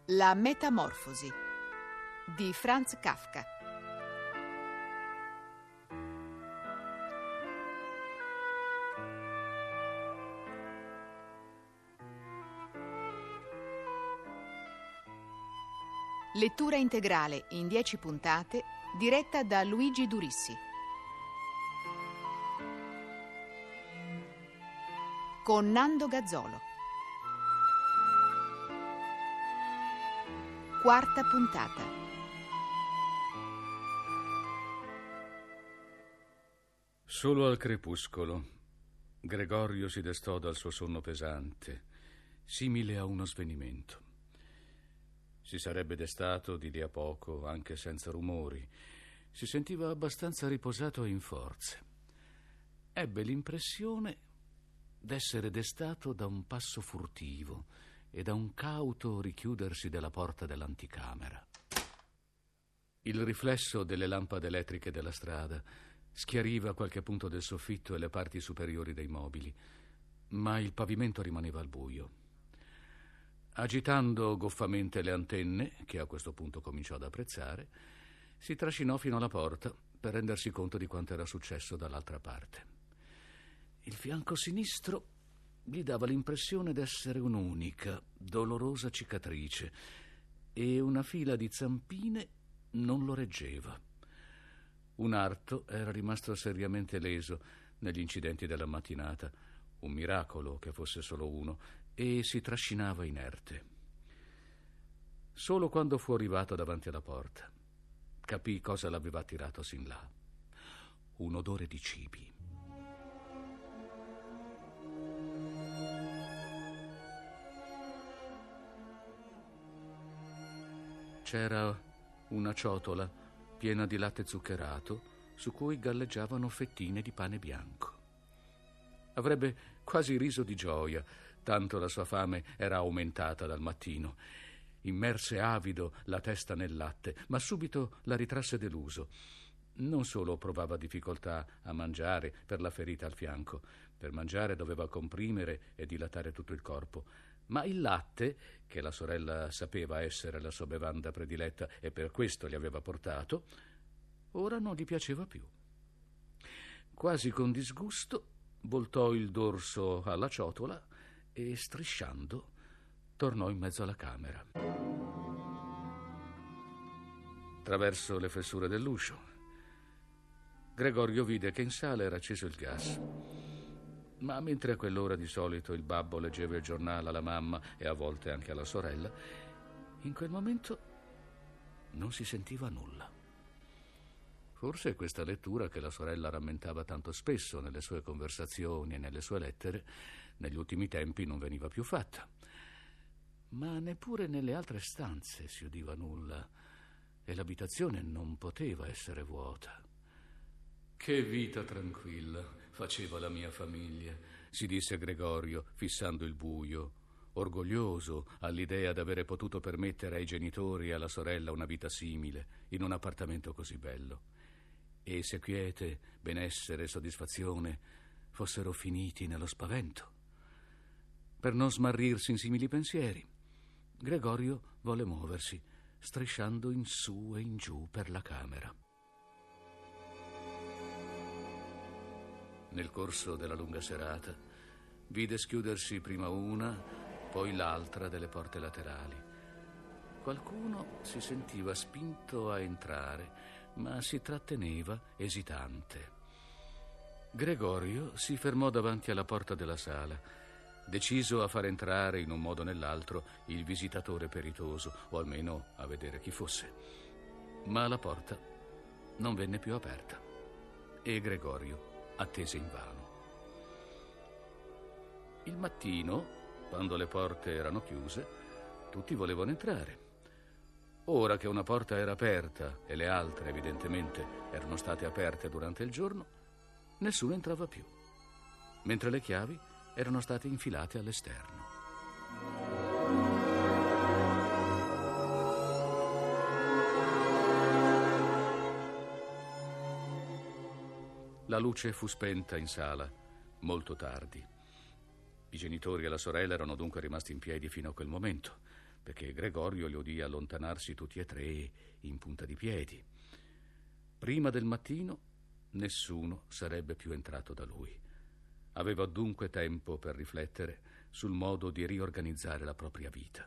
La metamorfosi di Franz Kafka. Lettura integrale in 10 puntate, diretta da Luigi Durissi. Con Nando Gazzolo. Quarta puntata. Solo al crepuscolo Gregorio si destò dal suo sonno pesante, simile a uno svenimento. Si sarebbe destato di lì a poco, anche senza rumori. Si sentiva abbastanza riposato e in forze. Ebbe l'impressione d'essere destato da un passo furtivo e da un cauto richiudersi della porta dell'anticamera. Il riflesso delle lampade elettriche della strada schiariva qualche punto del soffitto e le parti superiori dei mobili, ma il pavimento rimaneva al buio. Agitando goffamente le antenne, che a questo punto cominciò ad apprezzare, si trascinò fino alla porta per rendersi conto di quanto era successo dall'altra parte. Il fianco sinistro gli dava l'impressione d'essere un'unica, dolorosa cicatrice e una fila di zampine non lo reggeva. Un arto era rimasto seriamente leso negli incidenti della mattinata, un miracolo che fosse solo uno, e si trascinava inerte. Solo quando fu arrivato davanti alla porta capì cosa l'aveva tirato sin là: un odore di cibi. C'era una ciotola piena di latte zuccherato su cui galleggiavano fettine di pane bianco. Avrebbe quasi riso di gioia, tanto la sua fame era aumentata dal mattino. Immerse avido la testa nel latte, ma subito la ritrasse deluso. Non solo provava difficoltà a mangiare per la ferita al fianco. Per mangiare doveva comprimere e dilatare tutto il corpo. Ma il latte, che la sorella sapeva essere la sua bevanda prediletta e per questo gli aveva portato, ora non gli piaceva più. Quasi con disgusto voltò il dorso alla ciotola e, strisciando, tornò in mezzo alla camera. Attraverso le fessure dell'uscio, Gregorio vide che in sala era acceso il gas. Ma mentre a quell'ora di solito il babbo leggeva il giornale alla mamma e a volte anche alla sorella, in quel momento non si sentiva nulla. Forse questa lettura che la sorella rammentava tanto spesso nelle sue conversazioni e nelle sue lettere, negli ultimi tempi non veniva più fatta. Ma neppure nelle altre stanze si udiva nulla e l'abitazione non poteva essere vuota. Che vita tranquilla faceva la mia famiglia, si disse Gregorio, fissando il buio, orgoglioso all'idea d'avere potuto permettere ai genitori e alla sorella una vita simile in un appartamento così bello. E se quiete, benessere e soddisfazione fossero finiti nello spavento. Per non smarrirsi in simili pensieri, Gregorio volle muoversi, strisciando in su e in giù per la camera. Nel corso della lunga serata vide schiudersi prima una, poi l'altra delle porte laterali. Qualcuno si sentiva spinto a entrare, ma si tratteneva esitante. Gregorio si fermò davanti alla porta della sala, deciso a far entrare in un modo o nell'altro il visitatore peritoso, o almeno a vedere chi fosse. Ma la porta non venne più aperta e Gregorio attese invano. Il mattino, quando le porte erano chiuse, tutti volevano entrare. Ora che una porta era aperta e le altre evidentemente erano state aperte durante il giorno, nessuno entrava più, mentre le chiavi erano state infilate all'esterno. La luce fu spenta in sala molto tardi. I genitori e la sorella erano dunque rimasti in piedi fino a quel momento. perché Gregorio li udì allontanarsi tutti e tre in punta di piedi. Prima del mattino nessuno sarebbe più entrato da lui. Aveva dunque tempo per riflettere sul modo di riorganizzare la propria vita.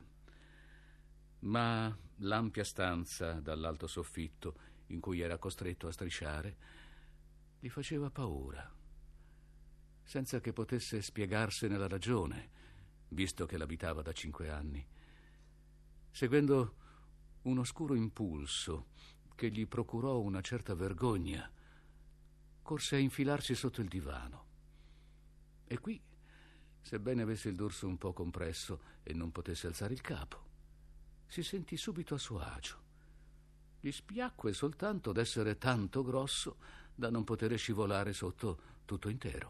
Ma l'ampia stanza dall'alto soffitto in cui era costretto a strisciare gli faceva paura, senza che potesse spiegarsene la ragione, visto che l'abitava da 5 anni. Seguendo un oscuro impulso che gli procurò una certa vergogna, corse a infilarsi sotto il divano. E qui, sebbene avesse il dorso un po' compresso e non potesse alzare il capo, si sentì subito a suo agio. Gli spiacque soltanto d'essere tanto grosso da non poter scivolare sotto tutto intero.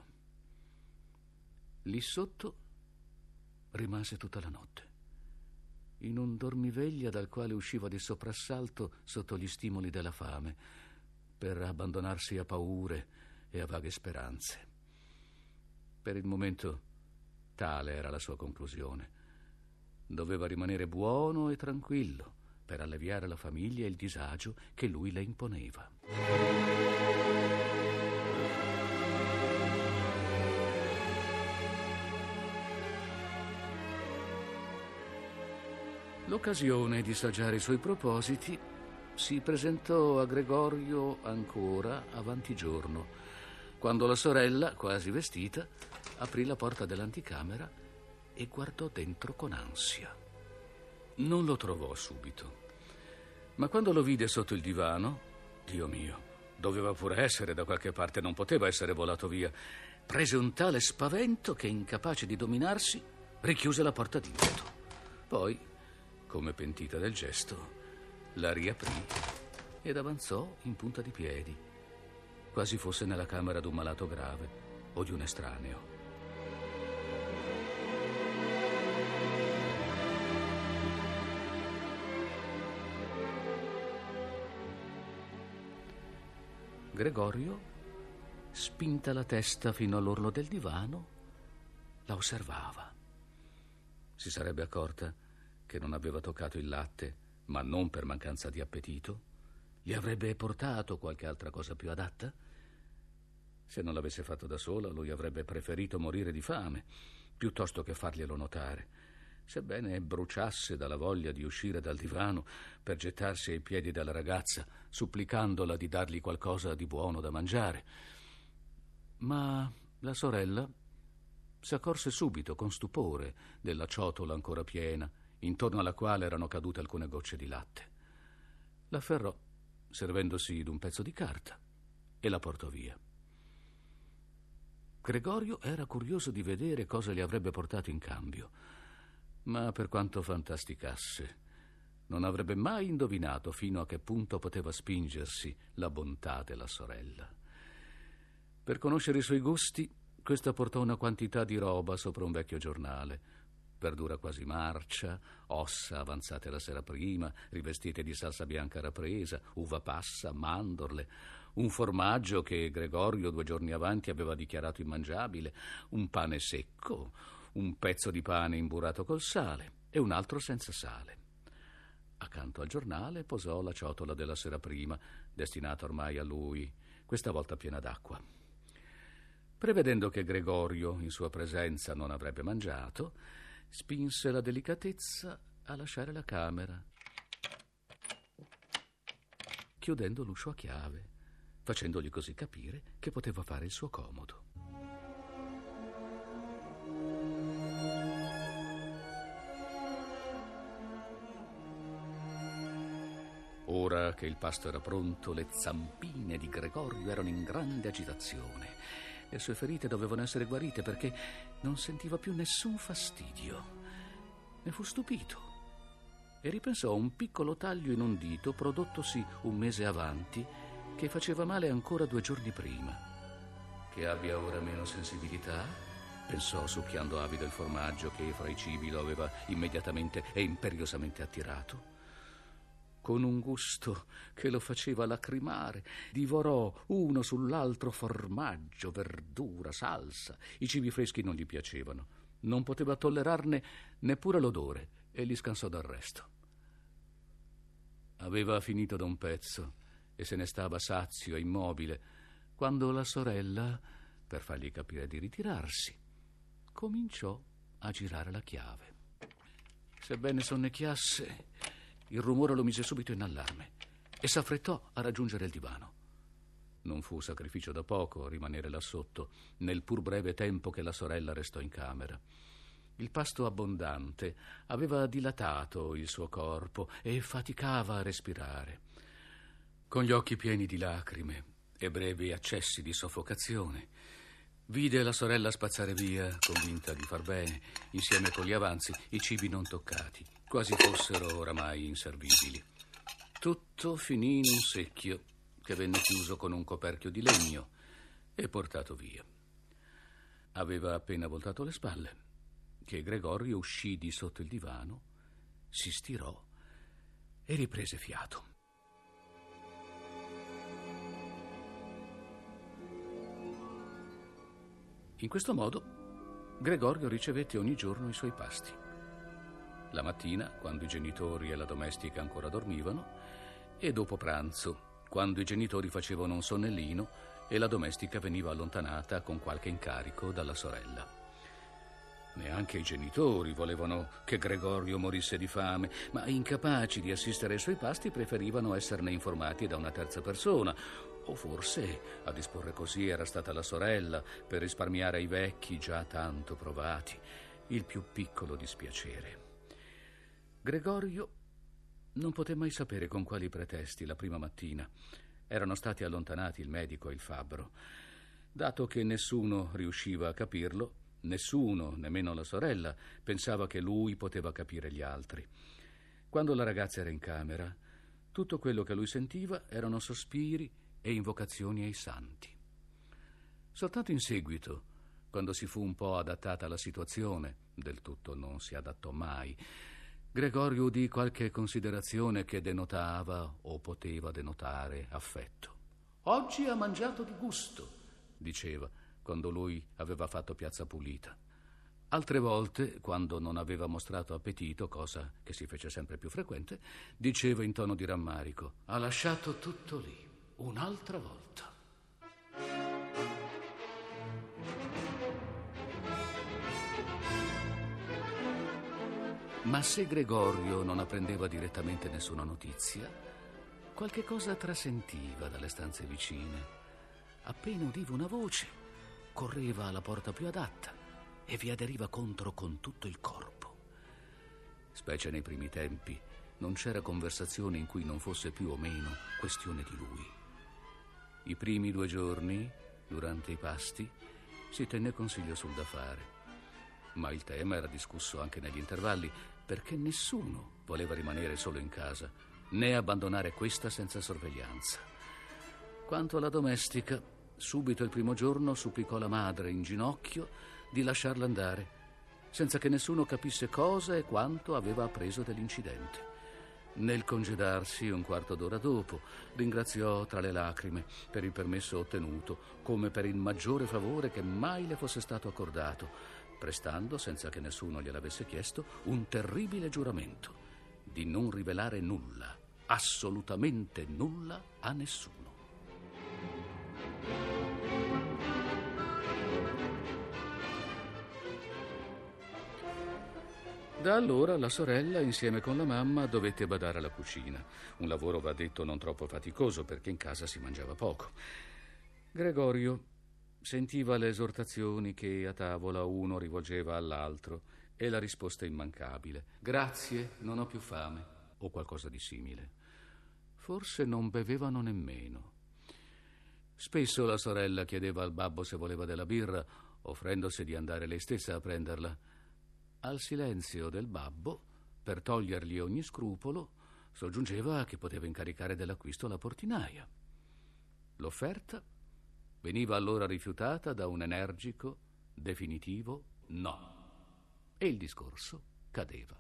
Lì sotto rimase tutta la notte, in un dormiveglia dal quale usciva di soprassalto sotto gli stimoli della fame, per abbandonarsi a paure e a vaghe speranze. Per il momento tale era la sua conclusione. Doveva rimanere buono e tranquillo per alleviare la famiglia e il disagio che lui le imponeva. L'occasione di saggiare i suoi propositi si presentò a Gregorio ancora avanti giorno, quando la sorella, quasi vestita, aprì la porta dell'anticamera e guardò dentro con ansia. Non lo trovò subito, ma quando lo vide sotto il divano, Dio mio, doveva pure essere da qualche parte, non poteva essere volato via, prese un tale spavento che, incapace di dominarsi, richiuse la porta di letto. Poi, come pentita del gesto, la riaprì ed avanzò in punta di piedi, quasi fosse nella camera d'un malato grave o di un estraneo. Gregorio, spinta la testa fino all'orlo del divano, la osservava. Si sarebbe accorta che non aveva toccato il latte, ma non per mancanza di appetito? Gli avrebbe portato qualche altra cosa più adatta? Se non l'avesse fatto da sola, lui avrebbe preferito morire di fame, piuttosto che farglielo notare, sebbene bruciasse dalla voglia di uscire dal divano per gettarsi ai piedi della ragazza, supplicandola di dargli qualcosa di buono da mangiare. Ma la sorella si accorse subito con stupore della ciotola ancora piena, intorno alla quale erano cadute alcune gocce di latte. L'afferrò, servendosi d'un pezzo di carta, e la portò via. Gregorio era curioso di vedere cosa gli avrebbe portato in cambio, ma per quanto fantasticasse, non avrebbe mai indovinato fino a che punto poteva spingersi la bontà della sorella. Per conoscere i suoi gusti, questa portò una quantità di roba sopra un vecchio giornale: verdura quasi marcia, ossa avanzate la sera prima, rivestite di salsa bianca rapresa, uva passa, mandorle, un formaggio che Gregorio 2 giorni avanti aveva dichiarato immangiabile, un pane secco, un pezzo di pane imburato col sale e un altro senza sale. Accanto al giornale posò la ciotola della sera prima, destinata ormai a lui, questa volta piena d'acqua. Prevedendo che Gregorio, in sua presenza, non avrebbe mangiato, spinse la delicatezza a lasciare la camera, chiudendo l'uscio a chiave, facendogli così capire che poteva fare il suo comodo. Ora che il pasto era pronto, le zampine di Gregorio erano in grande agitazione. Le sue ferite dovevano essere guarite perché non sentiva più nessun fastidio. Ne fu stupito e ripensò a un piccolo taglio in un dito prodottosi un mese avanti, che faceva male ancora 2 giorni prima. Che abbia ora meno sensibilità? Pensò, succhiando avido il formaggio che fra i cibi lo aveva immediatamente e imperiosamente attirato. Con un gusto che lo faceva lacrimare, divorò uno sull'altro formaggio, verdura, salsa. I cibi freschi non gli piacevano. Non poteva tollerarne neppure l'odore e li scansò dal resto. Aveva finito da un pezzo e se ne stava sazio e immobile quando la sorella, per fargli capire di ritirarsi, cominciò a girare la chiave. Sebbene sonnecchiasse, il rumore lo mise subito in allarme e s'affrettò a raggiungere il divano. Non fu sacrificio da poco rimanere là sotto, nel pur breve tempo che la sorella restò in camera. Il pasto abbondante aveva dilatato il suo corpo e faticava a respirare. Con gli occhi pieni di lacrime e brevi accessi di soffocazione, vide la sorella spazzare via, convinta di far bene, insieme con gli avanzi, i cibi non toccati, quasi fossero oramai inservibili. Tutto finì in un secchio che venne chiuso con un coperchio di legno e portato via. Aveva appena voltato le spalle che Gregorio uscì di sotto il divano, si stirò e riprese fiato. In questo modo Gregorio ricevette ogni giorno i suoi pasti. La mattina, quando i genitori e la domestica ancora dormivano, e dopo pranzo, quando i genitori facevano un sonnellino e la domestica veniva allontanata con qualche incarico dalla sorella. Neanche i genitori volevano che Gregorio morisse di fame, ma incapaci di assistere ai suoi pasti preferivano esserne informati da una terza persona, o forse a disporre così era stata la sorella per risparmiare ai vecchi già tanto provati il più piccolo dispiacere. Gregorio non poté mai sapere con quali pretesti la prima mattina erano stati allontanati il medico e il fabbro. Dato che nessuno riusciva a capirlo, nessuno, nemmeno la sorella, pensava che lui poteva capire gli altri. Quando la ragazza era in camera, tutto quello che lui sentiva erano sospiri e invocazioni ai santi. Soltanto in seguito, quando si fu un po' adattata alla situazione, del tutto non si adattò mai, Gregorio udì qualche considerazione che denotava o poteva denotare affetto. «Oggi ha mangiato di gusto», diceva, quando lui aveva fatto piazza pulita. Altre volte, quando non aveva mostrato appetito, cosa che si fece sempre più frequente, diceva in tono di rammarico: «Ha lasciato tutto lì, un'altra volta». Ma se Gregorio non apprendeva direttamente nessuna notizia, qualche cosa trasentiva dalle stanze vicine. Appena udiva una voce, correva alla porta più adatta e vi aderiva contro con tutto il corpo. Specie nei primi tempi, non c'era conversazione in cui non fosse più o meno questione di lui. I primi 2 giorni, durante i pasti, si tenne consiglio sul da fare, ma il tema era discusso anche negli intervalli, perché nessuno voleva rimanere solo in casa, né abbandonare questa senza sorveglianza. Quanto alla domestica, subito il primo giorno supplicò la madre in ginocchio di lasciarla andare, senza che nessuno capisse cosa e quanto aveva appreso dell'incidente. Nel congedarsi, un quarto d'ora dopo, ringraziò tra le lacrime per il permesso ottenuto, come per il maggiore favore che mai le fosse stato accordato, prestando, senza che nessuno gliel'avesse chiesto, un terribile giuramento di non rivelare nulla, assolutamente nulla, a nessuno. Da allora la sorella, insieme con la mamma, dovette badare alla cucina. Un lavoro, va detto, non troppo faticoso, perché in casa si mangiava poco. Gregorio sentiva le esortazioni che a tavola uno rivolgeva all'altro e la risposta immancabile: «Grazie, non ho più fame», o qualcosa di simile. Forse non bevevano nemmeno. Spesso la sorella chiedeva al babbo se voleva della birra, offrendosi di andare lei stessa a prenderla. Al silenzio del babbo, per togliergli ogni scrupolo, soggiungeva che poteva incaricare dell'acquisto la portinaia. L'offerta veniva allora rifiutata da un energico, definitivo no, e il discorso cadeva.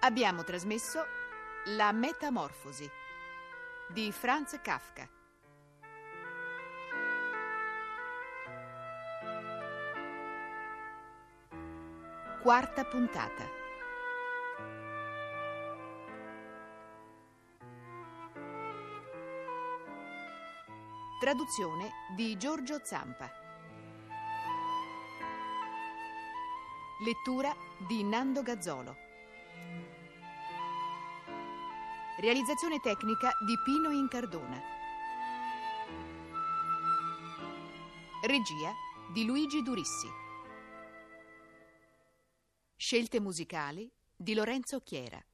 Abbiamo trasmesso La Metamorfosi di Franz Kafka. Quarta puntata. Traduzione di Giorgio Zampa. Lettura di Nando Gazzolo. Realizzazione tecnica di Pino Incardona. Regia di Luigi Durissi. Scelte musicali di Lorenzo Chiera.